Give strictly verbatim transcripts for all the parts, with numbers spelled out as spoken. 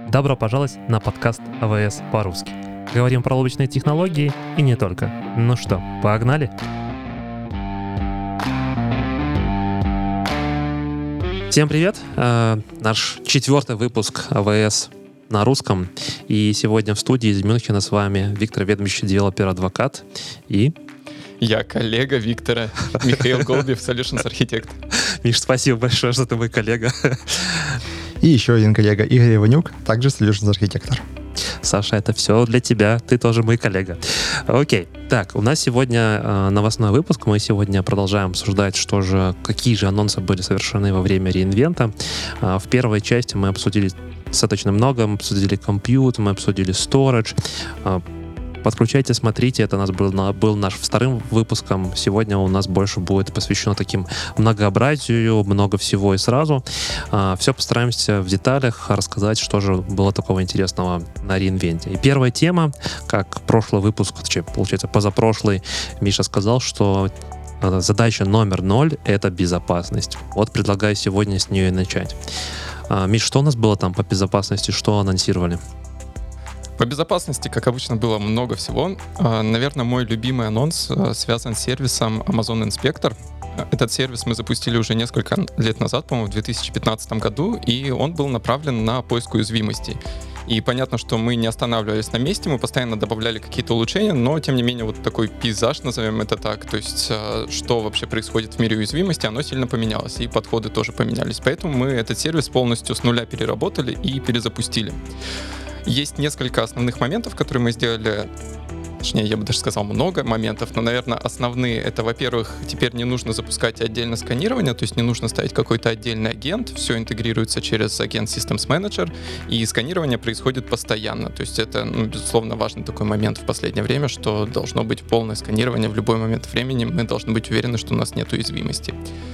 Добро пожаловать на подкаст эй ви эс по-русски. Говорим про облачные технологии и не только. Ну что, погнали? Всем привет! Э, наш четвертый выпуск эй ви эс на русском. И сегодня в студии из Мюнхена с вами Виктор, ведущий девелопер-адвокат, и... Я коллега Виктора, Михаил Голубев, Solutions Architect. Миш, спасибо большое, что ты мой коллега. И еще один коллега, Игорь Иванюк, также Solutions Architect. Саша, это все для тебя, ты тоже мой коллега. Окей, так, у нас сегодня э, новостной выпуск, мы сегодня продолжаем обсуждать, что же, какие же анонсы были совершены во время реинвента. Э, в первой части мы обсудили достаточно много, мы обсудили compute, мы обсудили storage. Э, Подключайте, смотрите, это у нас был, был наш вторым выпуском. Сегодня у нас больше будет посвящено таким многообразию, много всего и сразу. А, все постараемся в деталях рассказать, что же было такого интересного на реинвенте. И первая тема, как прошлый выпуск, получается позапрошлый, Миша сказал, что задача номер ноль — это безопасность. Вот предлагаю сегодня с нее и начать. А, Миш, что у нас было там по безопасности, что анонсировали? По безопасности, как обычно, было много всего. Наверное, мой любимый анонс связан с сервисом Amazon Inspector. Этот сервис мы запустили уже несколько лет назад, по-моему, в две тысячи пятнадцатом году, и он был направлен на поиск уязвимостей. И понятно, что мы не останавливались на месте, мы постоянно добавляли какие-то улучшения, но, тем не менее, вот такой пейзаж, назовем это так, то есть что вообще происходит в мире уязвимости, оно сильно поменялось, и подходы тоже поменялись. Поэтому мы этот сервис полностью с нуля переработали и перезапустили. Есть несколько основных моментов, которые мы сделали, точнее, я бы даже сказал, много моментов, но, наверное, основные — это, во-первых, теперь не нужно запускать отдельно сканирование, то есть не нужно ставить какой-то отдельный агент, все интегрируется через агент Systems Manager, и сканирование происходит постоянно, то есть это, ну, безусловно, важный такой момент в последнее время, что должно быть полное сканирование в любой момент времени, мы должны быть уверены, что у нас нет уязвимости.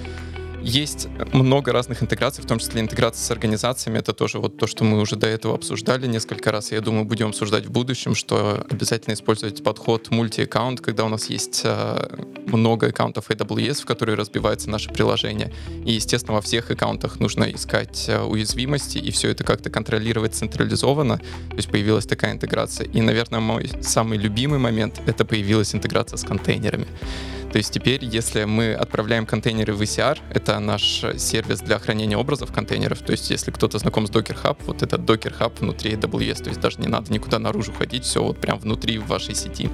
Есть много разных интеграций, в том числе интеграция с организациями. Это тоже вот то, что мы уже до этого обсуждали несколько раз. Я думаю, будем обсуждать в будущем, что обязательно использовать подход мульти-аккаунт, когда у нас есть э, много аккаунтов эй дабл ю эс, в которые разбивается наше приложение. И, естественно, во всех аккаунтах нужно искать э, уязвимости и все это как-то контролировать централизованно. То есть появилась такая интеграция. И, наверное, мой самый любимый момент — это появилась интеграция с контейнерами. То есть теперь, если мы отправляем контейнеры в и си ар, это наш сервис для хранения образов контейнеров, то есть если кто-то знаком с Docker Hub, вот это Docker Hub внутри эй дабл ю эс, то есть даже не надо никуда наружу ходить, все вот прям внутри в вашей сети.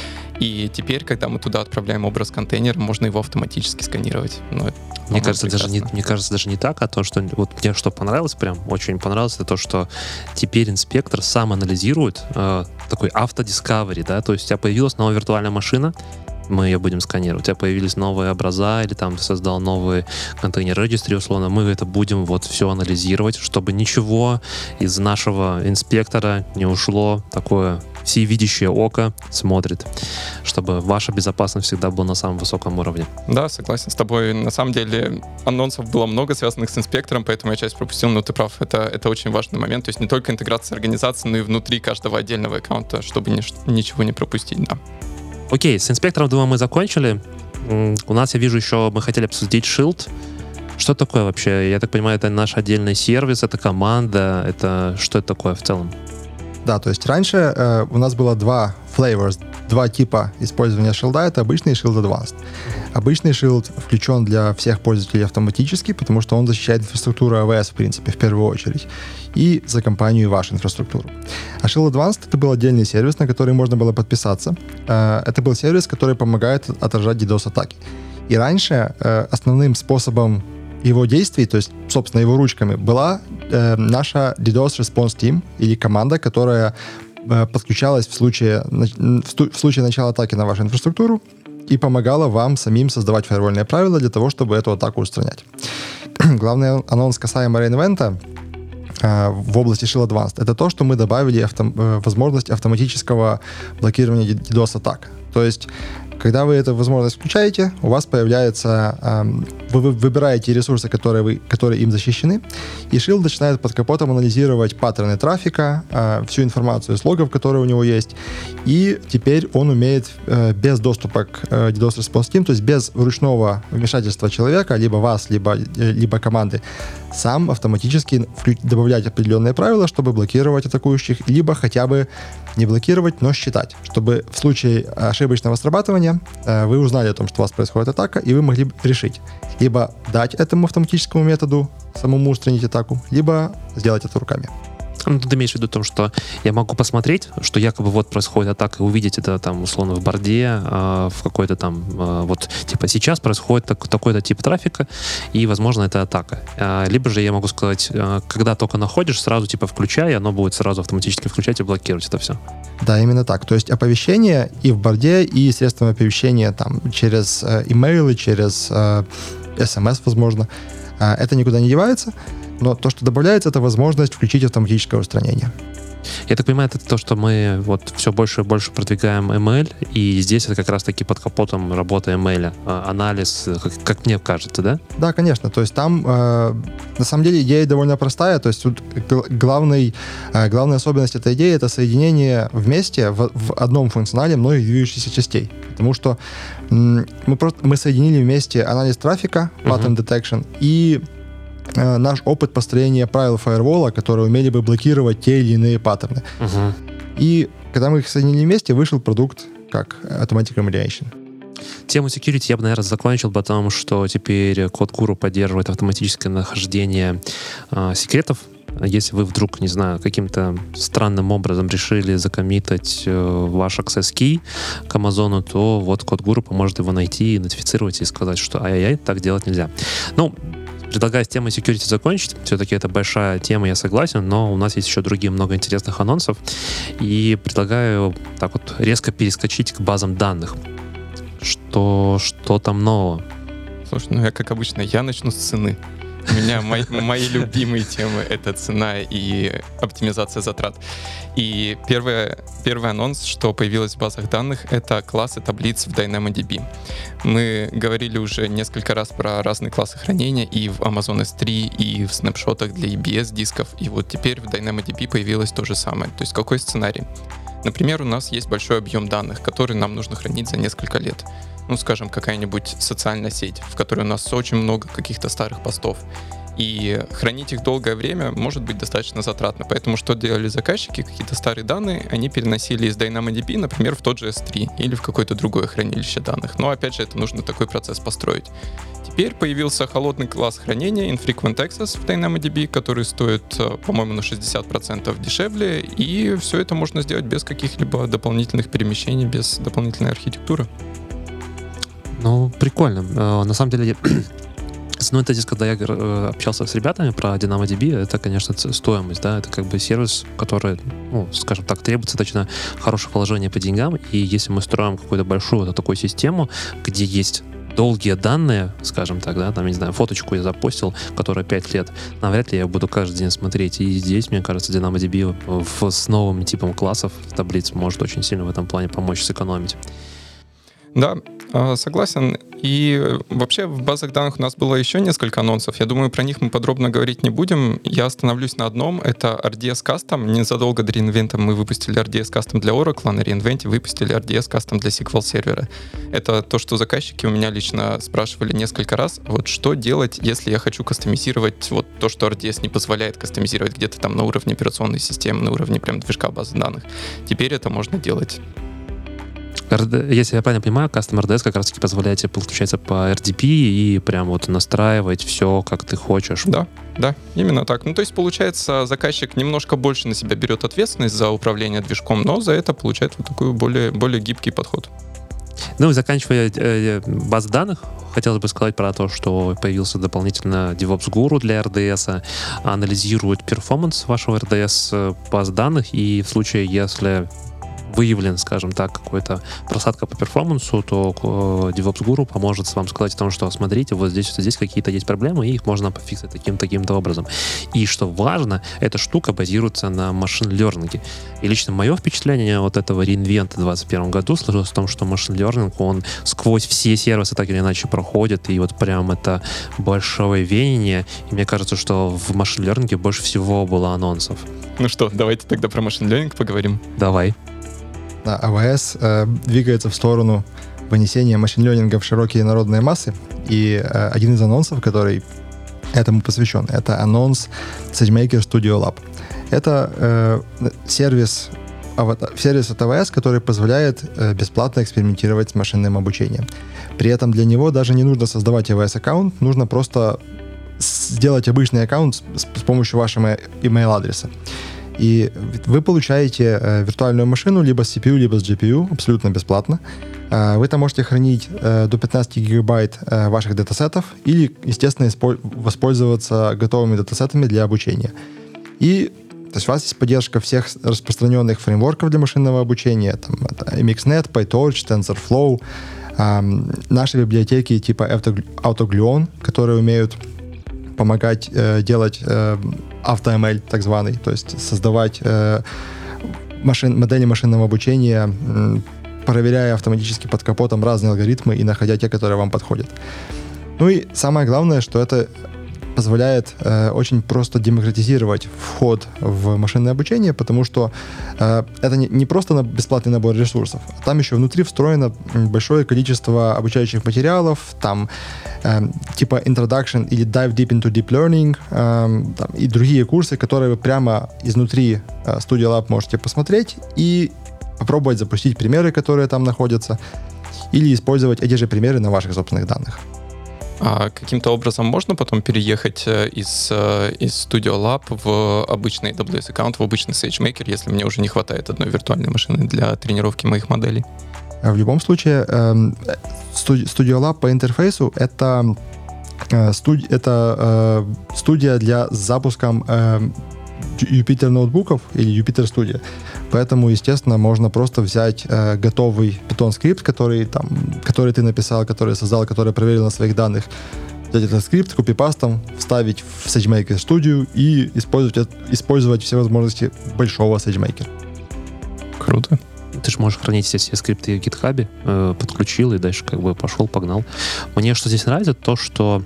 И теперь, когда мы туда отправляем образ контейнера, можно его автоматически сканировать. Ну, это, мне, кажется, даже не, мне кажется, даже не так, а то, что вот мне что понравилось, прям очень понравилось, это то, что теперь инспектор сам анализирует э, такой автодискавери, да, то есть у тебя появилась новая виртуальная машина, мы ее будем сканировать. У тебя появились новые образа, или там ты создал новые контейнер-регистры, условно, мы это будем вот все анализировать, чтобы ничего из нашего инспектора не ушло, такое всевидящее око смотрит, чтобы ваша безопасность всегда была на самом высоком уровне. Да, согласен с тобой. На самом деле анонсов было много, связанных с инспектором, поэтому я часть пропустил, но ты прав, это, это очень важный момент. То есть не только интеграция с организацией, но и внутри каждого отдельного аккаунта, чтобы ни, ничего не пропустить, да. Окей, с инспектором, думаю, мы закончили. У нас, я вижу, еще мы хотели обсудить Shield. Что такое вообще? Я так понимаю, это наш отдельный сервис, это команда, это что это такое в целом? Да, то есть раньше э, у нас было два flavors, два типа использования Shield. Это обычный и Shield Advanced. Обычный Shield включен для всех пользователей автоматически, потому что он защищает инфраструктуру эй ви эс, в принципе, в первую очередь, и за компанию и вашу инфраструктуру. А Shield Advanced — это был отдельный сервис, на который можно было подписаться. Э, это был сервис, который помогает отражать DDoS-атаки. И раньше э, основным способом его действий, то есть, собственно, его ручками, была э, наша DDoS Response Team, или команда, которая э, подключалась в случае, в, в случае начала атаки на вашу инфраструктуру и помогала вам самим создавать фаервольные правила для того, чтобы эту атаку устранять. Главный анонс касаемо реинвента э, в области Shield Advanced — это то, что мы добавили авто, э, возможность автоматического блокирования DDoS-атак. То есть когда вы эту возможность включаете, у вас появляется... Эм, вы выбираете ресурсы, которые, вы, которые им защищены, и Shield начинает под капотом анализировать паттерны трафика, э, всю информацию с логов, которые у него есть, и теперь он умеет э, без доступа к э, DDoS Response Team, то есть без ручного вмешательства человека, либо вас, либо, э, либо команды, сам автоматически добавлять определенные правила, чтобы блокировать атакующих, либо хотя бы не блокировать, но считать, чтобы в случае ошибочного срабатывания вы узнали о том, что у вас происходит атака, и вы могли решить либо дать этому автоматическому методу самому устранить атаку, либо сделать это руками. Ну, ты имеешь в виду то, что я могу посмотреть, что якобы вот происходит атака, и увидеть это там условно в борде, э, в какой-то там, э, вот типа сейчас происходит так, такой-то тип трафика, и, возможно, это атака. Э, либо же я могу сказать, э, когда только находишь, сразу типа включай, и оно будет сразу автоматически включать и блокировать это все. Да, именно так. То есть оповещение и в борде, и средством оповещения там через э, имейлы, через э, эс эм эс, возможно, э, это никуда не девается. Но то, что добавляется, это возможность включить автоматическое устранение. Я так понимаю, это то, что мы вот все больше и больше продвигаем эм эл, и здесь это как раз-таки под капотом работа эм эл, анализ, как, как мне кажется, да? Да, конечно. То есть там, э, на самом деле, идея довольно простая. То есть тут главный, э, главная особенность этой идеи — это соединение вместе в, в одном функционале многих движущихся частей. Потому что м, мы, просто, мы соединили вместе анализ трафика, pattern uh-huh. detection, и наш опыт построения правил фаервола, которые умели бы блокировать те или иные паттерны. Uh-huh. И когда мы их соединили вместе, вышел продукт как Automatic Remediation. Тему security я бы, наверное, закончил, потому что теперь CodeGuru поддерживает автоматическое нахождение э, секретов. Если вы вдруг, не знаю, каким-то странным образом решили закоммитать э, ваш access key к Амазону, то вот CodeGuru поможет его найти, идентифицировать и сказать, что ай-яй-яй, так делать нельзя. Ну, предлагаю с темой security закончить. Все-таки это большая тема, я согласен, но у нас есть еще другие много интересных анонсов. И предлагаю так вот резко перескочить к базам данных. Что, что там нового? Слушай, ну я, как обычно, я начну с цены. У меня мои, мои любимые темы — это цена и оптимизация затрат. И первый, первый анонс, что появилось в базах данных, это классы таблиц в DynamoDB. Мы говорили уже несколько раз про разные классы хранения и в Amazon эс три, и в снапшотах для и би эс-дисков. И вот теперь в DynamoDB появилось то же самое. То есть какой сценарий? Например, у нас есть большой объем данных, который нам нужно хранить за несколько лет. Ну, скажем, какая-нибудь социальная сеть, в которой у нас очень много каких-то старых постов. И хранить их долгое время может быть достаточно затратно. Поэтому что делали заказчики? Какие-то старые данные они переносили из DynamoDB, например, в тот же эс три или в какое-то другое хранилище данных. Но, опять же, это нужно такой процесс построить. Теперь появился холодный класс хранения Infrequent Access в DynamoDB, который стоит, по-моему, на шестьдесят процентов дешевле. И все это можно сделать без каких-либо дополнительных перемещений, без дополнительной архитектуры. Ну, прикольно. На самом деле, ну, это здесь, когда я общался с ребятами про DynamoDB, это, конечно, стоимость, да, это как бы сервис, который, ну, скажем так, требуется достаточно хорошее положение по деньгам, и если мы строим какую-то большую вот такую систему, где есть долгие данные, скажем так, да, там, не знаю, фоточку я запостил, которая пять лет, навряд ли я буду каждый день смотреть, и здесь, мне кажется, DynamoDB в, с новым типом классов таблиц может очень сильно в этом плане помочь сэкономить. Да, согласен. И вообще в базах данных у нас было еще несколько анонсов. Я думаю, про них мы подробно говорить не будем. Я остановлюсь на одном. Это ар ди эс Custom. Незадолго до reInvent мы выпустили ар ди эс Custom для Oracle, а на reInvent выпустили ар ди эс Custom для эс ку эль сервера. Это то, что заказчики у меня лично спрашивали несколько раз. Вот что делать, если я хочу кастомизировать вот то, что ар ди эс не позволяет кастомизировать где-то там на уровне операционной системы, на уровне прям движка базы данных. Теперь это можно делать. Если я правильно понимаю, Custom ар ди эс как раз-таки позволяет тебе подключаться по эр ди пи и прям вот настраивать все, как ты хочешь. Да, да, именно так. Ну, то есть, получается, заказчик немножко больше на себя берет ответственность за управление движком, но за это получает вот такой более, более гибкий подход. Ну и заканчивая э, базы данных, хотелось бы сказать про то, что появился дополнительно DevOps Guru для эр ди эс, анализирует перформанс вашего эр ди эс баз данных, и в случае, если выявлен, скажем так, какой-то просадка по перформансу, то DevOps Guru поможет вам сказать о том, что смотрите, вот здесь, вот здесь какие-то есть проблемы, и их можно пофиксить таким-то, таким-то образом. И что важно, эта штука базируется на машин-лернинге. И лично мое впечатление от этого реинвента в двадцать первом году сложилось в том, что машин-лернинг, он сквозь все сервисы так или иначе проходит, и вот прям это большое веяние. И мне кажется, что в машин-лернинге больше всего было анонсов. Ну что, давайте тогда про машин-лернинг поговорим. Давай. Да, эй ви эс э, двигается в сторону вынесения машин-лернинга в широкие народные массы, и э, один из анонсов, который этому посвящен. Это анонс SageMaker Studio Lab. Это э, сервис, сервис от эй дабл ю эс, который позволяет э, бесплатно экспериментировать с машинным обучением. При этом для него даже не нужно создавать эй дабл ю эс аккаунт, нужно просто сделать обычный аккаунт с, с помощью вашего email-адреса. И вы получаете э, виртуальную машину либо с си пи ю, либо с джи пи ю абсолютно бесплатно. Э, вы там можете хранить э, до пятнадцать гигабайт э, ваших датасетов или, естественно, испо- воспользоваться готовыми датасетами для обучения. И то есть у вас есть поддержка всех распространенных фреймворков для машинного обучения, там, это эм икс нет, PyTorch, TensorFlow, э, наши библиотеки типа AutoGluon, которые умеют помогать э, делать э, AutoML, так званый, то есть создавать э, машин, модели машинного обучения, э, проверяя автоматически под капотом разные алгоритмы и находя те, которые вам подходят. Ну и самое главное, что это позволяет э, очень просто демократизировать вход в машинное обучение, потому что э, это не, не просто на бесплатный набор ресурсов, а там еще внутри встроено большое количество обучающих материалов, там э, типа Introduction или Dive Deep into Deep Learning э, там, и другие курсы, которые вы прямо изнутри э, Studio Lab можете посмотреть и попробовать запустить примеры, которые там находятся, или использовать эти же примеры на ваших собственных данных. А каким-то образом можно потом переехать из, из Studio Lab в обычный эй дабл ю эс аккаунт, в обычный SageMaker, если мне уже не хватает одной виртуальной машины для тренировки моих моделей? В любом случае, Studio Lab по интерфейсу — это, студ, это студия для запуском Jupyter ноутбуков или Jupyter Studio. Поэтому, естественно, можно просто взять э, готовый Python скрипт, который, там, который ты написал, который создал, который проверил на своих данных, взять этот скрипт, копипастом, вставить в SageMaker Studio и использовать, использовать все возможности большого SageMaker. Круто. Ты же можешь хранить все, все скрипты в GitHub, э, подключил и дальше как бы пошел, погнал. Мне что здесь нравится, то, что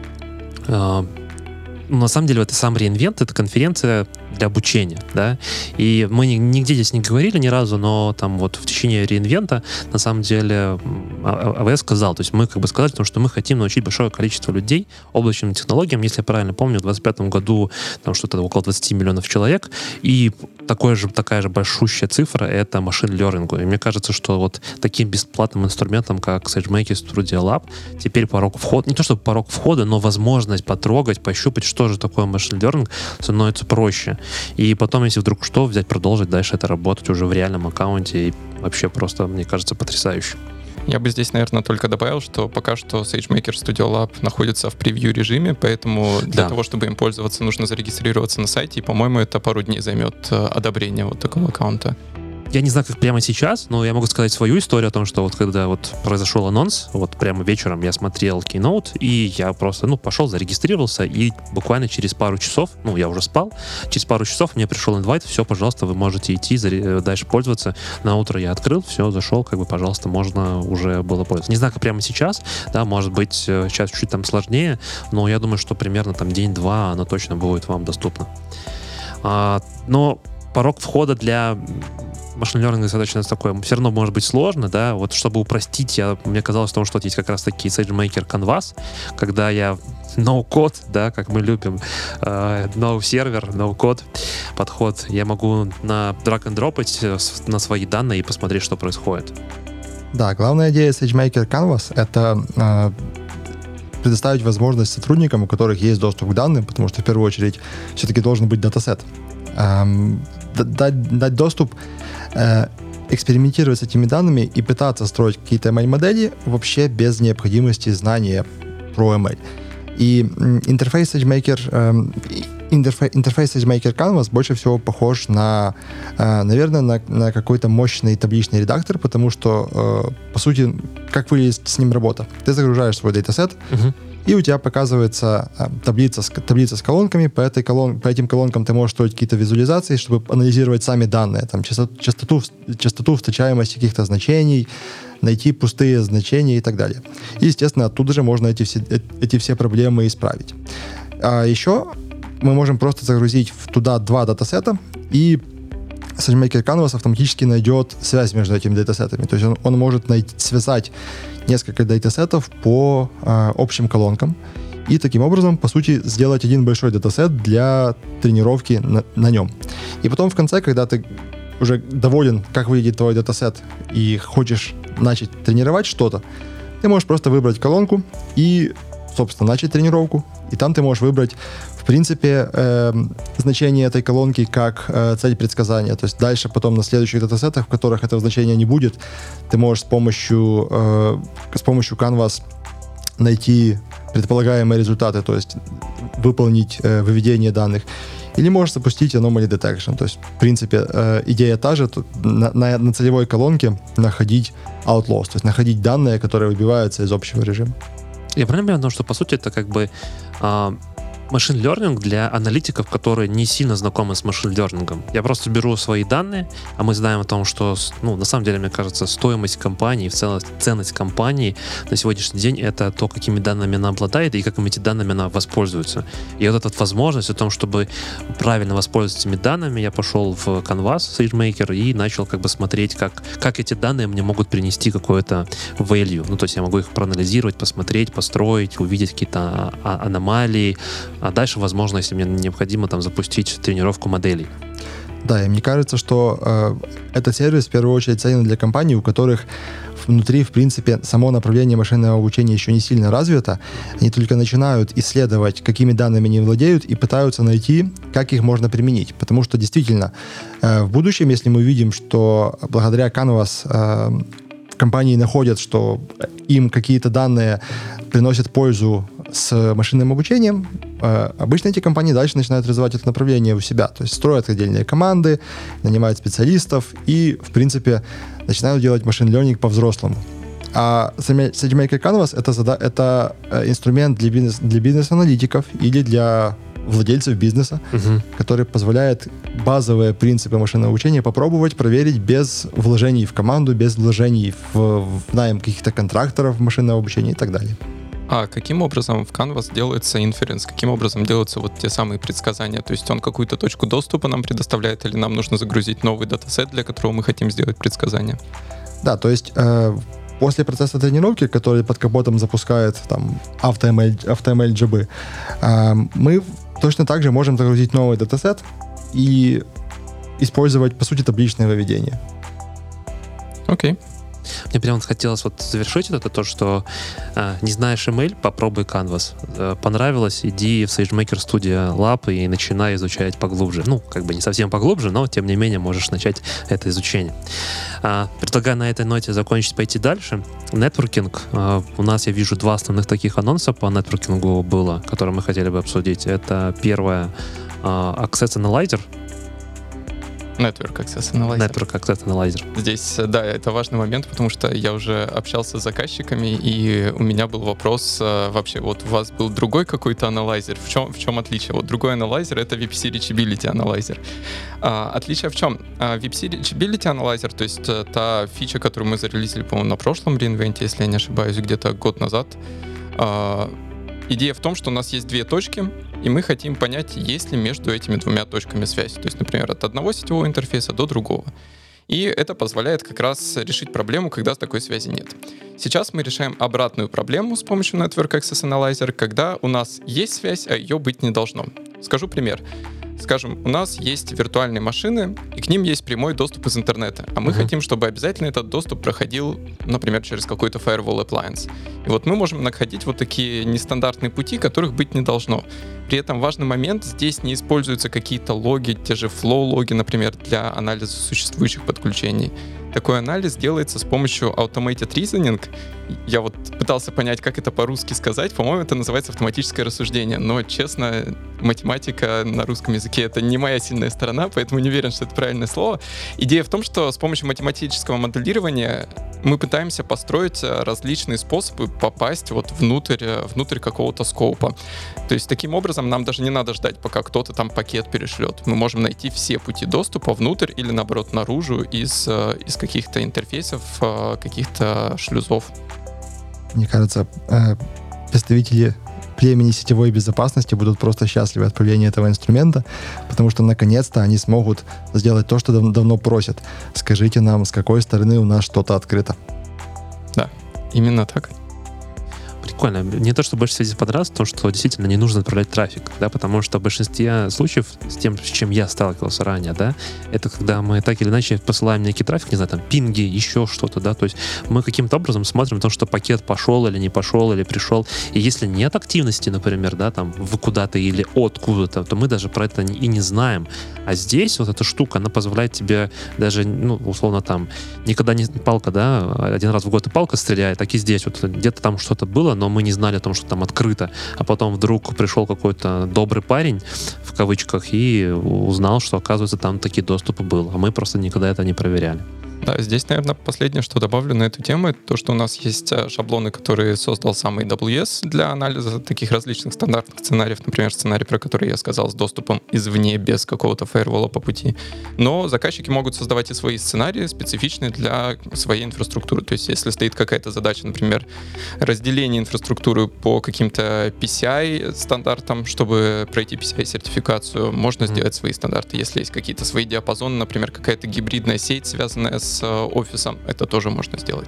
э, на самом деле это сам reInvent, это конференция для обучения, да, и мы нигде здесь не говорили ни разу, но там вот в течение reInvent на самом деле эй дабл ю эс сказал, то есть мы как бы сказали, потому что мы хотим научить большое количество людей облачным технологиям, если я правильно помню, в двадцать пятом году там что-то около двадцать миллионов человек, и такое же, такая же большущая цифра — это машин-лернингу. И мне кажется, что вот таким бесплатным инструментом, как SageMaker Studio Lab, теперь порог входа, не то чтобы порог входа, но возможность потрогать, пощупать, что же такое машин-лернинг, становится проще. И потом, если вдруг что, взять, продолжить дальше это работать уже в реальном аккаунте. И вообще просто, мне кажется, потрясающе. Я бы здесь, наверное, только добавил, что пока что SageMaker Studio Lab находится в превью-режиме, поэтому для да. того, чтобы им пользоваться, нужно зарегистрироваться на сайте, и, по-моему, это пару дней займет одобрение вот такого аккаунта. Я не знаю, как прямо сейчас, но я могу сказать свою историю о том, что вот когда вот произошел анонс, вот прямо вечером я смотрел Keynote, и я просто, ну, пошел, зарегистрировался, и буквально через пару часов, ну, я уже спал, через пару часов мне пришел инвайт, все, пожалуйста, вы можете идти, дальше пользоваться. На утро я открыл, все, зашел, как бы, пожалуйста, можно уже было пользоваться. Не знаю, как прямо сейчас, да, может быть, сейчас чуть-чуть там сложнее, но я думаю, что примерно там день-два оно точно будет вам доступно. А, но порог входа для машин-лернинг достаточно такой, все равно может быть сложно, да, вот чтобы упростить, я, мне казалось, что вот есть как раз-таки SageMaker Canvas, когда я no-code, да, как мы любим, uh, no-сервер, no-code подход, я могу на drag-and-дропать на свои данные и посмотреть, что происходит. Да, главная идея SageMaker Canvas — это э, предоставить возможность сотрудникам, у которых есть доступ к данным, потому что в первую очередь все-таки должен быть датасет, эм, дать, дать доступ, э, экспериментировать с этими данными и пытаться строить какие-то эм эль-модели вообще без необходимости знания про эм эль. И интерфейс SageMaker, э, интерфейс, интерфейс SageMaker Canvas больше всего похож на, э, наверное, на, на какой-то мощный табличный редактор, потому что, э, по сути, как выглядит с ним работа? Ты загружаешь свой датасет, uh-huh. и у тебя показывается э, таблица, с, таблица с колонками. По, этой колон, по этим колонкам ты можешь строить какие-то визуализации, чтобы анализировать сами данные, там, частоту, частоту, частоту встречаемости каких-то значений, найти пустые значения и так далее. И, естественно, оттуда же можно эти все, эти все проблемы исправить. А еще мы можем просто загрузить туда два датасета, и SageMaker Canvas автоматически найдет связь между этими датасетами. То есть он, он может найти, связать несколько датасетов по э, общим колонкам. и таким образом, по сути, сделать один большой датасет для тренировки на, на нем. И потом в конце, когда ты уже доволен, как выглядит твой датасет, и хочешь начать тренировать что-то, ты можешь просто выбрать колонку и, собственно, начать тренировку. И там ты можешь выбрать, в принципе, э, значение этой колонки как э, цель предсказания. То есть дальше потом на следующих датасетах, в которых этого значения не будет, ты можешь с помощью, э, с помощью Canvas найти предполагаемые результаты, то есть выполнить э, выведение данных. Или можешь запустить anomaly detection. То есть, в принципе, э, идея та же, на, на, на целевой колонке находить outlaws, то есть находить данные, которые выбиваются из общего режима. Я правильно понимаю, что, по сути, это как бы а, machine learning для аналитиков, которые не сильно знакомы с machine learning. Я просто беру свои данные, а мы знаем о том, что, ну, на самом деле, мне кажется, стоимость компании, в целом ценность компании на сегодняшний день — это то, какими данными она обладает и как эти данными она воспользуется. И вот эта вот возможность о том, чтобы правильно воспользоваться этими данными, я пошел в Canvas, SageMaker, и начал как бы смотреть, как, как эти данные мне могут принести какое-то value. Ну, то есть я могу их проанализировать, посмотреть, построить, увидеть какие-то аномалии, а дальше, возможно, если мне необходимо там запустить тренировку моделей. Да, и мне кажется, что э, этот сервис в первую очередь ценен для компаний, у которых внутри, в принципе, само направление машинного обучения еще не сильно развито. Они только начинают исследовать, какими данными они владеют, и пытаются найти, как их можно применить. Потому что действительно, э, в будущем, если мы увидим, что благодаря Canvas э, компании находят, что им какие-то данные приносят пользу с машинным обучением, обычно эти компании дальше начинают развивать это направление у себя. То есть строят отдельные команды, нанимают специалистов и, в принципе, начинают делать машин learning по-взрослому. А SageMaker Canvas — это, это инструмент для, бизнес, для бизнес-аналитиков или для владельцев бизнеса, uh-huh. который позволяет базовые принципы машинного обучения попробовать проверить без вложений в команду, без вложений в, в найм каких-то контракторов машинного обучения и так далее. А каким образом в Canvas делается inference? Каким образом делаются вот те самые предсказания? То есть он какую-то точку доступа нам предоставляет, или нам нужно загрузить новый датасет, для которого мы хотим сделать предсказания? Да, то есть э, после процесса тренировки, который под капотом запускает там AutoML, AutoML джобы, э, мы точно так же можем загрузить новый датасет и использовать, по сути, табличное выведение. Окей. Okay. Мне прямо хотелось вот завершить это, то, что э, не знаешь эм эл, попробуй Canvas. Э, понравилось, иди в SageMaker Studio Lab и начинай изучать поглубже. Ну, как бы не совсем поглубже, но, тем не менее, можешь начать это изучение. Э, предлагаю на этой ноте закончить, пойти дальше. Нетворкинг. Э, у нас, я вижу, два основных таких анонса по нетворкингу было, которые мы хотели бы обсудить. Это первое э, Access Analyzer. Network Access Analyzer. Network Access Analyzer. Здесь, да, это важный момент, потому что я уже общался с заказчиками, и у меня был вопрос, вообще, вот у вас был другой какой-то аналайзер, в чем, в чем отличие? Вот другой аналайзер — это ви пи си Reachability аналайзер. А, отличие в чем? А, ви пи си Reachability аналайзер, то есть та фича, которую мы зарелизили, по-моему, на прошлом reInvent, если я не ошибаюсь, где-то год назад, а, идея в том, что у нас есть две точки, и мы хотим понять, есть ли между этими двумя точками связь. То есть, например, от одного сетевого интерфейса до другого. И это позволяет как раз решить проблему, когда такой связи нет. Сейчас мы решаем обратную проблему с помощью Network Access Analyzer, когда у нас есть связь, а ее быть не должно. Скажу пример. Скажем, у нас есть виртуальные машины, и к ним есть прямой доступ из интернета. А мы uh-huh. хотим, чтобы обязательно этот доступ проходил, например, через какой-то firewall appliance. И вот мы можем находить вот такие нестандартные пути, которых быть не должно. При этом важный момент, здесь не используются какие-то логи, те же flow-логи, например, для анализа существующих подключений. Такой анализ делается с помощью Automated Reasoning. Я вот пытался понять, как это по-русски сказать. По-моему, это называется автоматическое рассуждение. Но, честно, математика на русском языке — это не моя сильная сторона, поэтому не уверен, что это правильное слово. Идея в том, что с помощью математического моделирования мы пытаемся построить различные способы попасть вот внутрь, внутрь какого-то скоупа. То есть таким образом нам даже не надо ждать, пока кто-то там пакет перешлет. Мы можем найти все пути доступа внутрь или, наоборот, наружу из, из каких-то интерфейсов, каких-то шлюзов. Мне кажется, представители племени сетевой безопасности будут просто счастливы от появления этого инструмента, потому что наконец-то они смогут сделать то, что дав- давно просят. Скажите нам, с какой стороны у нас что-то открыто. Да, именно так. прикольно. Мне то, что больше всего понравилось, то, что действительно не нужно отправлять трафик, да, потому что в большинстве случаев с тем, с чем я сталкивался ранее, да, это когда мы так или иначе посылаем некий трафик, не знаю, там, пинги, еще что-то, да, то есть мы каким-то образом смотрим то, что пакет пошел или не пошел, или пришел, и если нет активности, например, да, там, в куда-то или откуда-то, то мы даже про это и не знаем. А здесь вот эта штука, она позволяет тебе даже, ну, условно, там, никогда не палка, да, один раз в год и палка стреляет, так и здесь вот где-то там что-то было, но мы не знали о том, что там открыто, а потом вдруг пришел какой-то добрый парень, в кавычках, и узнал, что, оказывается, там такие доступы был, а мы просто никогда это не проверяли. Да, здесь, наверное, последнее, что добавлю на эту тему, это то, что у нас есть шаблоны, которые создал сам эй дабл ю эс для анализа таких различных стандартных сценариев, например, сценарий, про который я сказал, с доступом извне, без какого-то фаервола по пути. Но заказчики могут создавать и свои сценарии, специфичные для своей инфраструктуры. То есть, если стоит какая-то задача, например, разделение инфраструктуры по каким-то пи си ай стандартам, чтобы пройти пи си ай-сертификацию, можно mm-hmm. сделать свои стандарты. Если есть какие-то свои диапазоны, например, какая-то гибридная сеть, связанная с офисом, это тоже можно сделать.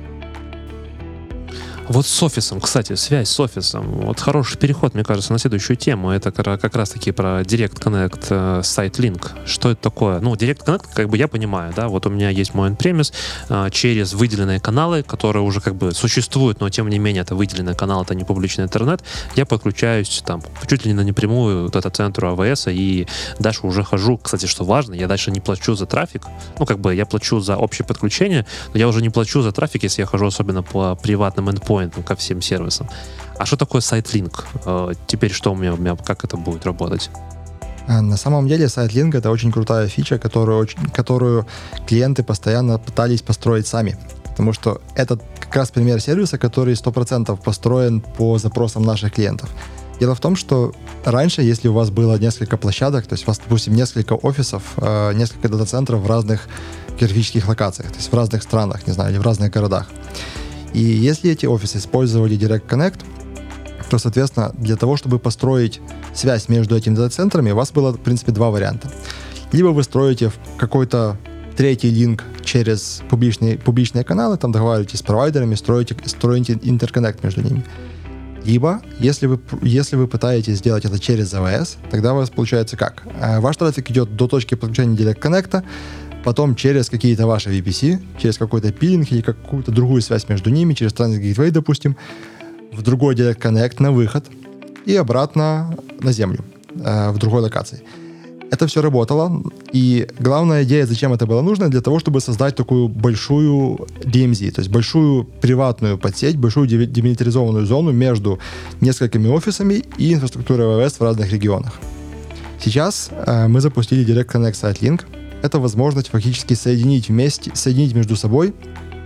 Вот с офисом, кстати, связь с офисом. Вот хороший переход, мне кажется, на следующую тему. Это как раз-таки про Direct Connect Site Link. Что это такое? Ну, Direct Connect, как бы я понимаю, да, вот у меня есть мой on-premise, через выделенные каналы, которые уже как бы существуют, но тем не менее это выделенный канал, это не публичный интернет, я подключаюсь там чуть ли не напрямую к дата-центру эй ви эс, и дальше уже хожу. Кстати, что важно, я дальше не плачу за трафик. Ну, как бы я плачу за общее подключение, но я уже не плачу за трафик, если я хожу особенно по приватным endpointам ко всем сервисам. А что такое SiteLink? Теперь что у меня, у меня, как это будет работать? На самом деле SiteLink — это очень крутая фича, которую, которую клиенты постоянно пытались построить сами. Потому что это как раз пример сервиса, который сто процентов построен по запросам наших клиентов. Дело в том, что раньше, если у вас было несколько площадок, то есть у вас, допустим, несколько офисов, несколько дата-центров в разных географических локациях, то есть в разных странах, не знаю, или в разных городах, и если эти офисы использовали Direct Connect, то, соответственно, для того, чтобы построить связь между этими дата-центрами, у вас было, в принципе, два варианта. Либо вы строите какой-то третий линк через публичные, публичные каналы, там договариваетесь с провайдерами, строите, строите интерконнект между ними. Либо, если вы, если вы пытаетесь сделать это через эй ви эс, тогда у вас получается как? Ваш трафик идет до точки подключения Direct Connect, потом через какие-то ваши ви пи си, через какой-то пилинг или какую-то другую связь между ними, через Transit Gateway, допустим, в другой Direct Connect на выход и обратно на землю, э, в другой локации. Это все работало, и главная идея, зачем это было нужно, для того, чтобы создать такую большую ди эм зет, то есть большую приватную подсеть, большую демилитаризованную зону между несколькими офисами и инфраструктурой эй ви эс в разных регионах. Сейчас э, мы запустили Direct Connect Site Link. Это возможность фактически соединить вместе, соединить между собой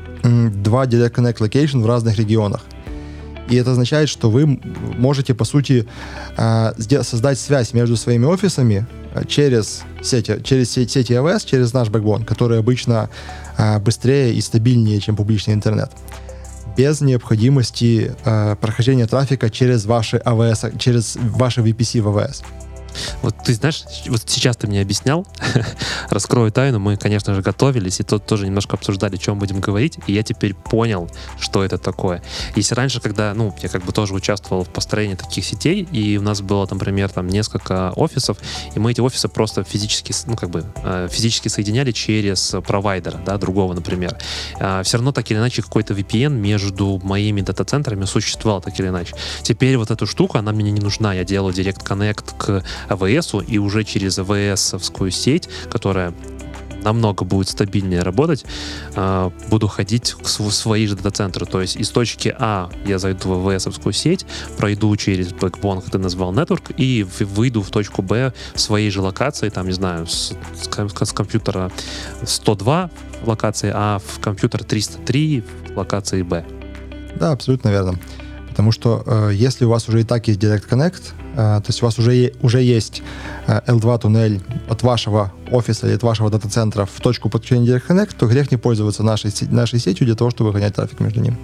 два Direct Connect Location в разных регионах. И это означает, что вы можете, по сути, создать связь между своими офисами через сети, через сети эй ви эс, через наш бэкбон, который обычно быстрее и стабильнее, чем публичный интернет, без необходимости прохождения трафика через ваши эй ви эс, через ваши ви пи си в эй ви эс. Вот ты знаешь, вот сейчас ты мне объяснял, раскрою тайну, мы, конечно же, готовились, и тут тоже немножко обсуждали, о чем будем говорить, и я теперь понял, что это такое. Если раньше, когда, ну, я как бы тоже участвовал в построении таких сетей, и у нас было, например, там несколько офисов, и мы эти офисы просто физически, ну, как бы, физически соединяли через провайдера, да, другого, например. Все равно так или иначе какой-то ви пи эн между моими дата-центрами существовал так или иначе. Теперь вот эту штуку, она мне не нужна, я делаю Direct Connect к эй ви эс, и уже через эй ви эс-овскую сеть, которая намного будет стабильнее работать, э, буду ходить в свои же дата-центры. То есть из точки А я зайду в эй ви эс-овскую сеть, пройду через backbone, как ты назвал, network, и выйду в точку Б в своей же локации, там, не знаю, с, с, с компьютера сто два в локации А, в компьютер триста три в локации Б. Да, абсолютно верно. Потому что э, если у вас уже и так есть Direct Connect, э, то есть у вас уже, уже есть э, эл два туннель от вашего офиса или от вашего дата-центра в точку подключения Direct Connect, то грех не пользоваться нашей, нашей сетью для того, чтобы гонять трафик между ними.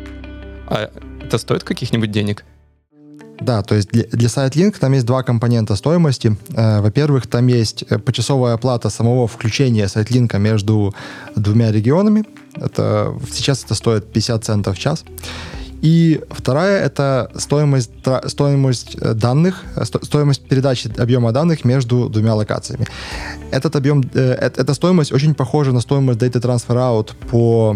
А это стоит каких-нибудь денег? Да, то есть для, для SiteLink там есть два компонента стоимости. Э, во-первых, там есть почасовая оплата самого включения SiteLink между двумя регионами. Это, сейчас это стоит пятьдесят центов в час. И вторая — это стоимость, стоимость данных, стоимость передачи объема данных между двумя локациями. Этот объем, эта стоимость очень похожа на стоимость Data Transfer Out, по,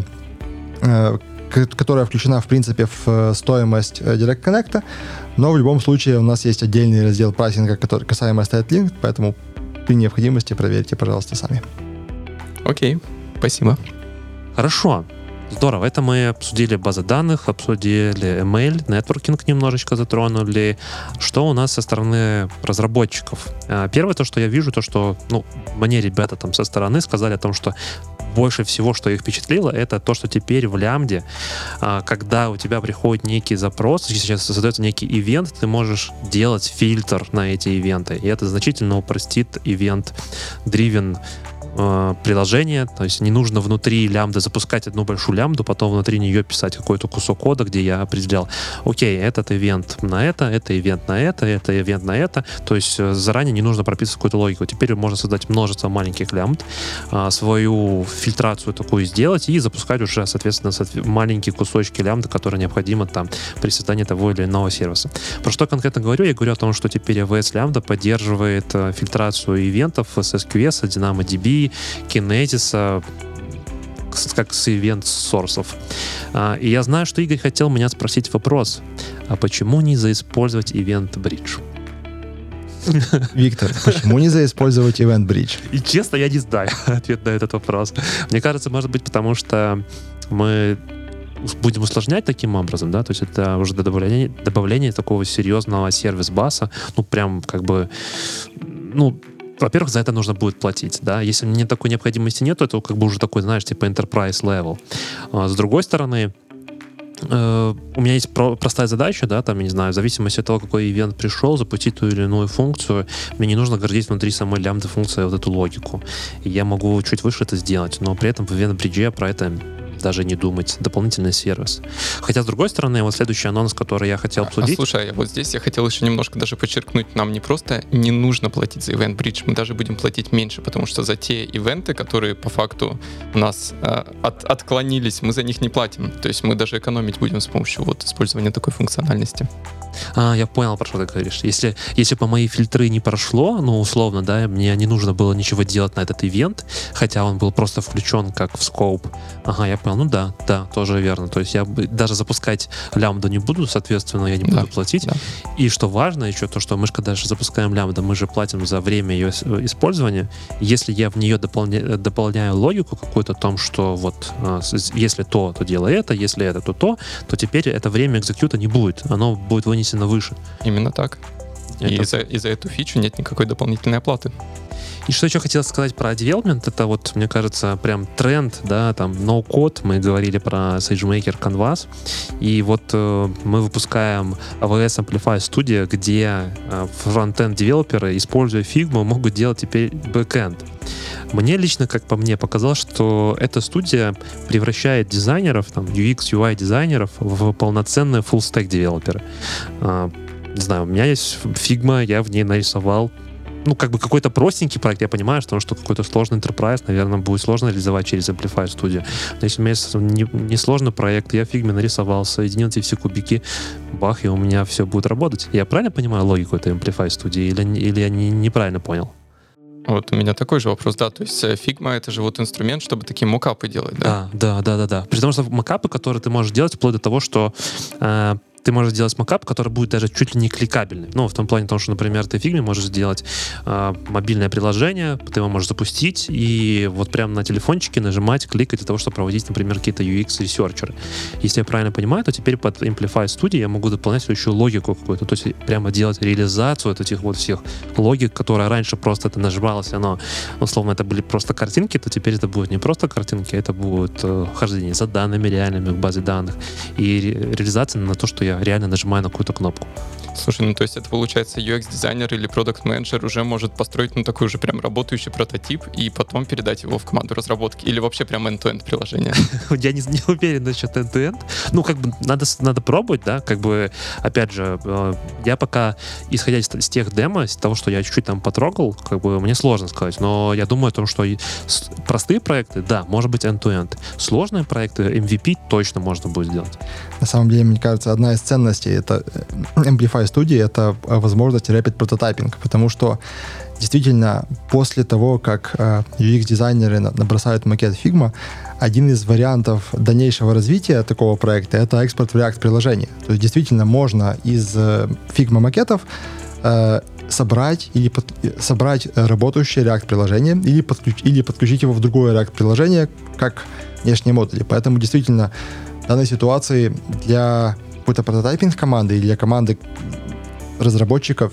которая включена, в принципе, в стоимость Direct Connect, но в любом случае у нас есть отдельный раздел прайсинга, который касаемо StatLink, поэтому при необходимости проверьте, пожалуйста, сами. Окей, спасибо. Хорошо. Здорово. Это мы обсудили базы данных, обсудили email, нетворкинг немножечко затронули. Что у нас со стороны разработчиков? Первое, то, что я вижу, то, что ну, мне ребята там со стороны сказали о том, что больше всего, что их впечатлило, это то, что теперь в лямбде, когда у тебя приходит некий запрос, сейчас создается некий ивент, ты можешь делать фильтр на эти ивенты, и это значительно упростит ивент-дривен приложение, то есть не нужно внутри лямбды запускать одну большую лямбду, потом внутри нее писать какой-то кусок кода, где я определял, окей, этот ивент на это, это ивент на это, это ивент на это, то есть заранее не нужно прописывать какую-то логику. Теперь можно создать множество маленьких лямбд, свою фильтрацию такую сделать и запускать уже, соответственно, маленькие кусочки лямбды, которые необходимы там при создании того или иного сервиса. Про что конкретно говорю? Я говорю о том, что теперь эй ви эс Lambda поддерживает фильтрацию ивентов с эс кью эс, DynamoDB, Kinesis, как с ивент-сорсов. И я знаю, что Игорь хотел меня спросить вопрос, а почему не заиспользовать Event Bridge? Виктор, почему не заиспользовать Event Bridge? И честно, я не знаю ответ на этот вопрос. Мне кажется, может быть, потому что мы будем усложнять таким образом, да, то есть это уже добавление, добавление такого серьезного сервис-баса, ну, прям как бы, ну, во-первых, за это нужно будет платить, да. Если мне такой необходимости нет, то это как бы уже такой, знаешь, типа enterprise level. А с другой стороны, э, у меня есть про- простая задача, да, там, я не знаю, в зависимости от того, какой ивент пришел, запустить ту или иную функцию, мне не нужно гордить внутри самой лямбды функции вот эту логику. И я могу чуть выше это сделать, но при этом в Event Bridge про это даже не думать, дополнительный сервис. Хотя, с другой стороны, вот следующий анонс, который я хотел обсудить... А, слушай, вот здесь я хотел еще немножко даже подчеркнуть, нам не просто не нужно платить за Event Bridge, мы даже будем платить меньше, потому что за те ивенты, которые по факту у нас э, от, отклонились, мы за них не платим. То есть мы даже экономить будем с помощью вот использования такой функциональности. А, я понял, про что ты говоришь. Если, если по мои фильтры не прошло, ну, условно, да, мне не нужно было ничего делать на этот ивент, хотя он был просто включен как в скоуп. Ага, я понял. Ну да, да, тоже верно. То есть я даже запускать лямбду не буду, соответственно, я не буду да, платить. Да. И что важно еще, то, что мы же, когда же запускаем лямбду, мы же платим за время ее использования. Если я в нее дополня, дополняю логику какую-то о том, что вот если то, то делай это, если это, то то, то теперь это время экзекьюта не будет. Оно будет вынесено выше. Именно так. Это... И за, и за эту фичу нет никакой дополнительной оплаты. И что еще хотел сказать про development, это вот, мне кажется, прям тренд, да, там, no-code, мы говорили про SageMaker Canvas, и вот э, мы выпускаем эй ви эс Amplify Studio, где э, фронтенд-девелоперы, используя Figma, могут делать теперь бэкэнд. Мне лично, как по мне, показалось, что эта студия превращает дизайнеров, там, ю экс, ю ай-дизайнеров в полноценные full-stack девелоперы. Э, не знаю, у меня есть Figma, я в ней нарисовал ну, как бы какой-то простенький проект, я понимаю, что, что какой-то сложный enterprise, наверное, будет сложно реализовать через Amplify Studio. Но если у меня есть несложный проект, я в Figma нарисовал, соединил эти все кубики, бах, и у меня все будет работать. Я правильно понимаю логику этой Amplify Studio или, или я не, неправильно понял? Вот у меня такой же вопрос, да, то есть Figma — это же вот инструмент, чтобы такие мокапы делать, да? Да, да, да, да, да. При том, что мокапы, которые ты можешь делать вплоть до того, что э, ты можешь сделать макап, который будет даже чуть ли не кликабельный. Ну, в том плане, потому что, например, ты в Figma можешь сделать э, мобильное приложение, ты его можешь запустить и вот прямо на телефончике нажимать, кликать для того, чтобы проводить, например, какие-то ю экс-ресерчеры. Если я правильно понимаю, то теперь под Amplify Studio я могу дополнять следующую логику какую-то, то есть прямо делать реализацию вот этих вот всех логик, которая раньше просто это нажималось, оно, условно, это были просто картинки, то теперь это будет не просто картинки, это будет э, хождение за данными реальными в базе данных и ре- реализация на то, что я и реально нажимаю на какую-то кнопку. Слушай, ну то есть это получается ю экс-дизайнер или продакт-менеджер уже может построить ну такой уже прям работающий прототип и потом передать его в команду разработки или вообще прям end-to-end приложение? Я не, не уверен насчет end-to-end. Ну, как бы надо, надо пробовать, да, как бы, опять же, э, я пока, исходя из, из тех демо, из того, что я чуть-чуть там потрогал, как бы мне сложно сказать, но я думаю о том, что и с, простые проекты, да, может быть end-to-end. Сложные проекты, эм ви пи точно можно будет сделать. На самом деле, мне кажется, одна из ценностей это Amplify студии — это возможность rapid прототайпинг, потому что действительно после того, как ю экс-дизайнеры набросают макет Figma, один из вариантов дальнейшего развития такого проекта — это экспорт в React приложение. То есть действительно можно из Figma макетов э, собрать или под, собрать работающее React приложение или, подключ, или подключить его в другое React приложение как внешние модули. Поэтому действительно в данной ситуации для какой-то прототайпинг команды или для команды разработчиков,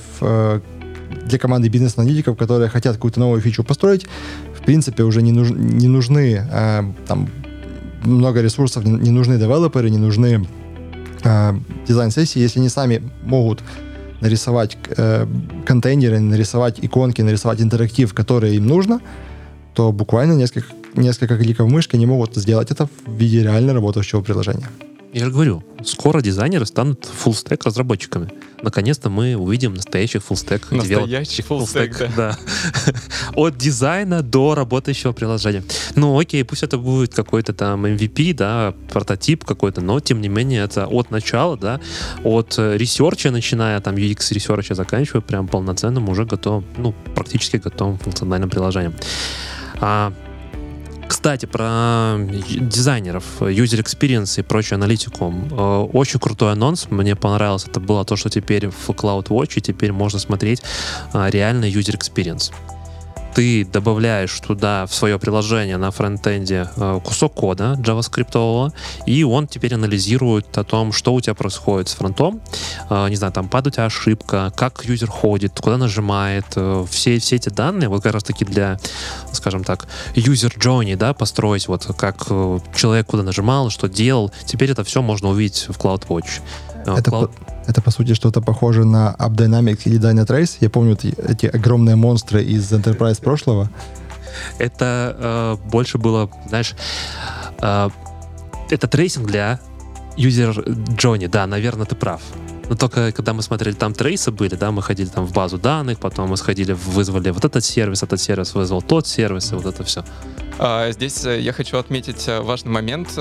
для команды бизнес-аналитиков, которые хотят какую-то новую фичу построить, в принципе, уже не, нуж, не нужны там, много ресурсов, не нужны девелоперы, не нужны дизайн-сессии, если они сами могут нарисовать контейнеры, нарисовать иконки, нарисовать интерактив, который им нужно, то буквально несколько, несколько кликов мышкой они могут сделать это в виде реально работающего приложения. Я же говорю, скоро дизайнеры станут фуллстек разработчиками. Наконец-то мы увидим настоящий фуллстек. Настоящий фуллстек, да. да. От дизайна до работающего приложения. Ну, окей, пусть это будет какой-то там эм ви пи, да, прототип какой-то, но, тем не менее, это от начала, да, от ресерча, начиная там ю экс-ресерча, заканчивая прям полноценным, уже готовым, ну, практически готовым функциональным приложением. А, Кстати, про дизайнеров, user experience и прочую аналитику. Очень крутой анонс, мне понравилось. Это было то, что теперь в CloudWatch теперь можно смотреть реальный user experience. Ты добавляешь туда в свое приложение на фронтенде кусок кода джаваскриптового, и он теперь анализирует о том, что у тебя происходит с фронтом. Не знаю, там падает у тебя ошибка, как юзер ходит, куда нажимает. Все, все эти данные, вот как раз таки для, скажем так, user journey, да, построить, вот как человек куда нажимал, что делал. Теперь это все можно увидеть в CloudWatch. Это, Cloud... по, это, по сути, что-то похоже на AppDynamics или Dynatrace. Я помню эти, эти огромные монстры из Enterprise прошлого. Это э, больше было, знаешь, э, это трейсинг для user journey. Да, наверное, ты прав. Но только когда мы смотрели, там трейсы были, да, мы ходили там в базу данных, потом мы сходили, вызвали вот этот сервис, этот сервис вызвал тот сервис, и вот это все. А, здесь я хочу отметить важный момент.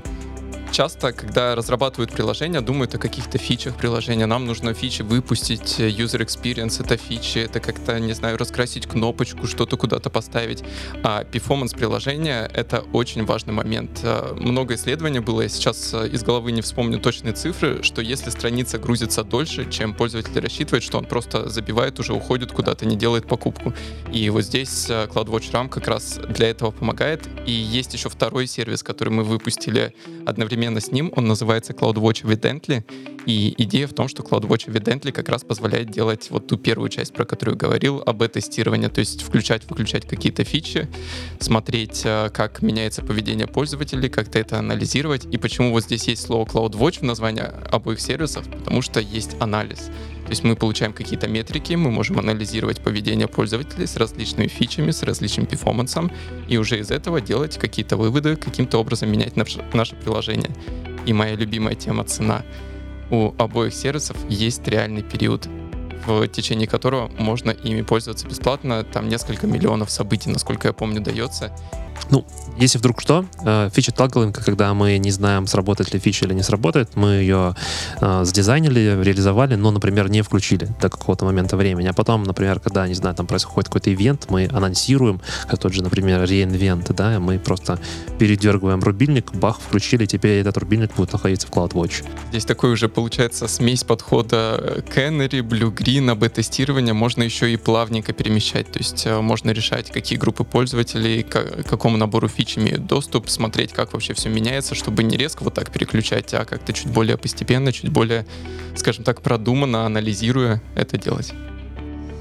Часто, когда разрабатывают приложения, думают о каких-то фичах приложения. Нам нужно фичи выпустить, user experience — это фичи, это как-то, не знаю, раскрасить кнопочку, что-то куда-то поставить. А performance приложения — это очень важный момент. Много исследований было, я сейчас из головы не вспомню точные цифры, что если страница грузится дольше, чем пользователь рассчитывает, что он просто забивает, уже уходит куда-то, не делает покупку. И вот здесь CloudWatch RAM как раз для этого помогает. И есть еще второй сервис, который мы выпустили одновременно с ним, он называется CloudWatch Evidently, и идея в том, что CloudWatch Evidently как раз позволяет делать вот ту первую часть, про которую я говорил, об тестировании, то есть включать-выключать какие-то фичи, смотреть, как меняется поведение пользователей, как-то это анализировать. И почему вот здесь есть слово CloudWatch в названии обоих сервисов? Потому что есть анализ. То есть мы получаем какие-то метрики, мы можем анализировать поведение пользователей с различными фичами, с различным перформансом, и уже из этого делать какие-то выводы, каким-то образом менять наше, наше приложение. И моя любимая тема — цена. У обоих сервисов есть реальный период, в течение которого можно ими пользоваться бесплатно. Там несколько миллионов событий, насколько я помню, дается. Ну, если вдруг что, фича тагглинга, когда мы не знаем, сработает ли фича или не сработает, мы ее э, сдизайнили, реализовали, но, например, не включили до какого-то момента времени. А потом, например, когда, не знаю, там происходит какой-то ивент, мы анонсируем, как тот же, например, реинвент, да, мы просто передергиваем рубильник, бах, включили, теперь этот рубильник будет находиться в CloudWatch. Здесь такой уже получается смесь подхода Canary, Blue Green, эй би тестирования. Можно еще и плавненько перемещать, то есть можно решать, какие группы пользователей, к какому набору фич имеют доступ, смотреть, как вообще все меняется, чтобы не резко вот так переключать, а как-то чуть более постепенно, чуть более, скажем так, продуманно, анализируя это делать.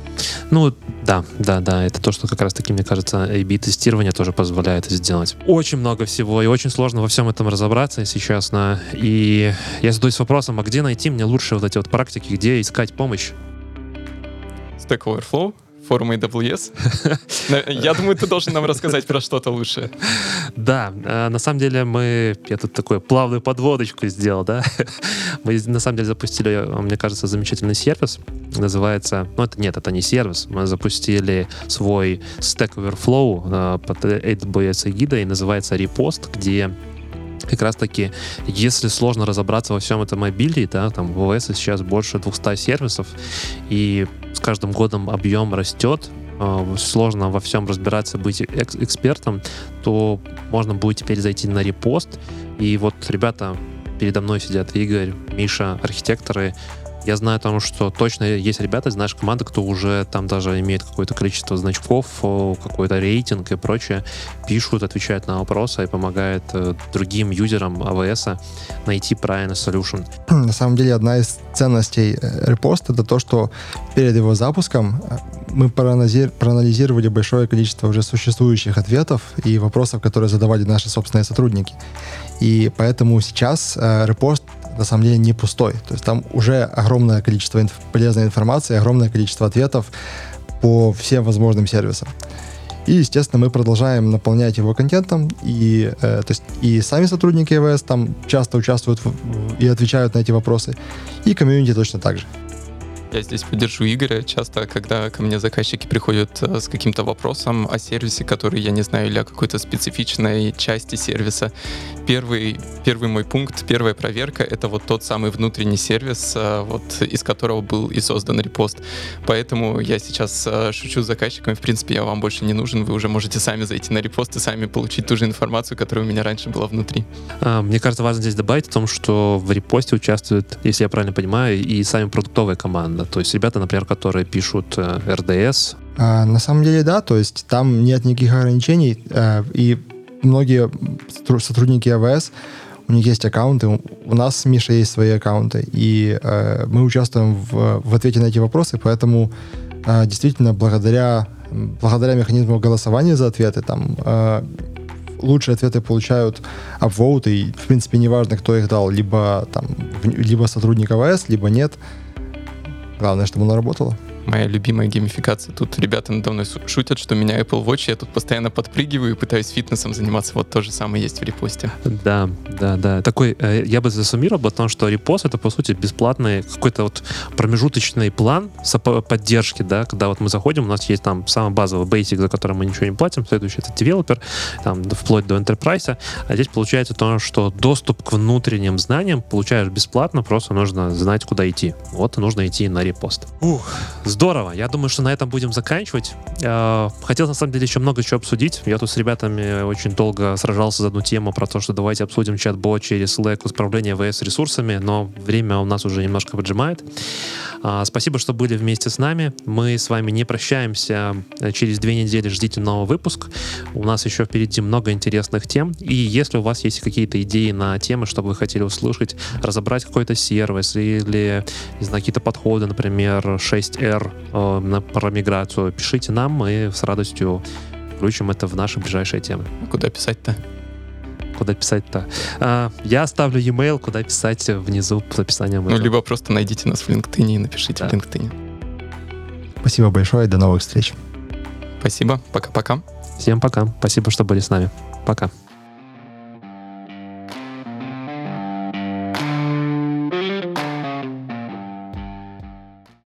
Ну, да, да, да, это то, что как раз-таки, мне кажется, эй би-тестирование тоже позволяет сделать. Очень много всего, и очень сложно во всем этом разобраться, если честно. И я задаюсь вопросом, а где найти мне лучше вот эти вот практики, где искать помощь? Stack Overflow, форум эй дабл ю эс. Я думаю, ты должен нам рассказать про что-то лучшее. Да, на самом деле мы... Я тут такую плавную подводочку сделал, да? Мы на самом деле запустили, мне кажется, замечательный сервис. Называется... Ну, это нет, это не сервис. Мы запустили свой Stack Overflow под эй дабл ю эс эгидой, и называется Repost, где как раз-таки, если сложно разобраться во всем этом обилии, да, там в о эс сейчас больше двухсот сервисов, и с каждым годом объем растет, э, сложно во всем разбираться, быть экс- экспертом, то можно будет теперь зайти на репост. И вот ребята передо мной сидят, Игорь, Миша, архитекторы. Я знаю о том, что точно есть ребята из нашей команды, кто уже там даже имеет какое-то количество значков, какой-то рейтинг и прочее, пишут, отвечают на вопросы и помогают другим юзерам эй ви эс найти правильный solution. На самом деле, одна из ценностей репоста — это то, что перед его запуском мы проанализировали большое количество уже существующих ответов и вопросов, которые задавали наши собственные сотрудники. И поэтому сейчас репост на самом деле не пустой. То есть там уже огромное количество инф- полезной информации, огромное количество ответов по всем возможным сервисам. И, естественно, мы продолжаем наполнять его контентом, и, э, то есть и сами сотрудники эй ви эс там часто участвуют в, в, и отвечают на эти вопросы, и комьюнити точно так же. Я здесь поддержу Игоря. Часто, когда ко мне заказчики приходят э, с каким-то вопросом о сервисе, который я не знаю, или о какой-то специфичной части сервиса, первый, первый мой пункт, первая проверка — это вот тот самый внутренний сервис, э, вот из которого был и создан репост. Поэтому я сейчас э, шучу с заказчиками. В принципе, я вам больше не нужен. Вы уже можете сами зайти на репост и сами получить ту же информацию, которая у меня раньше была внутри. А, мне кажется, важно здесь добавить о том, что в репосте участвуют, если я правильно понимаю, и сами продуктовые команды. То есть ребята, например, которые пишут э, эр ди эс. А, на самом деле, да, то есть там нет никаких ограничений, э, и многие сотрудники эй ви эс, у них есть аккаунты, у нас с Мишей есть свои аккаунты, и э, мы участвуем в, в ответе на эти вопросы, поэтому э, действительно благодаря, благодаря механизму голосования за ответы, там э, лучшие ответы получают апвоуты, и в принципе неважно, кто их дал, либо, там, либо сотрудник эй ви эс, либо нет. Главное, чтобы оно работало. Моя любимая геймификация. Тут ребята надо мной шутят, что у меня Apple Watch, я тут постоянно подпрыгиваю и пытаюсь фитнесом заниматься. Вот то же самое есть в репосте. Да, да, да. Такой, э, я бы засуммировал о том, что репост — это, по сути, бесплатный какой-то вот промежуточный план поддержки, да, когда вот мы заходим, у нас есть там самый базовый basic, за который мы ничего не платим, следующий — это девелопер, там, вплоть до enterprise, а здесь получается то, что доступ к внутренним знаниям получаешь бесплатно, просто нужно знать, куда идти. Вот нужно идти на репост. Ух, здорово. Я думаю, что на этом будем заканчивать. Хотел, на самом деле, еще много чего обсудить. Я тут с ребятами очень долго сражался за одну тему про то, что давайте обсудим чат-бот через Slack, управление эй ви эс ресурсами, но время у нас уже немножко поджимает. Спасибо, что были вместе с нами. Мы с вами не прощаемся. Через две недели ждите новый выпуск. У нас еще впереди много интересных тем. И если у вас есть какие-то идеи на темы, что вы хотели услышать, разобрать какой-то сервис или, не знаю, какие-то подходы, например, шесть эр э, на, про миграцию, пишите нам, мы с радостью включим это в наши ближайшие темы. А куда писать-то? Куда писать-то? А, я оставлю e-mail, куда писать внизу под описанием. Ну, либо просто найдите нас в LinkedIn и напишите да. в LinkedIn. Спасибо большое, до новых встреч. Спасибо, пока-пока. Всем пока. Спасибо, что были с нами. Пока.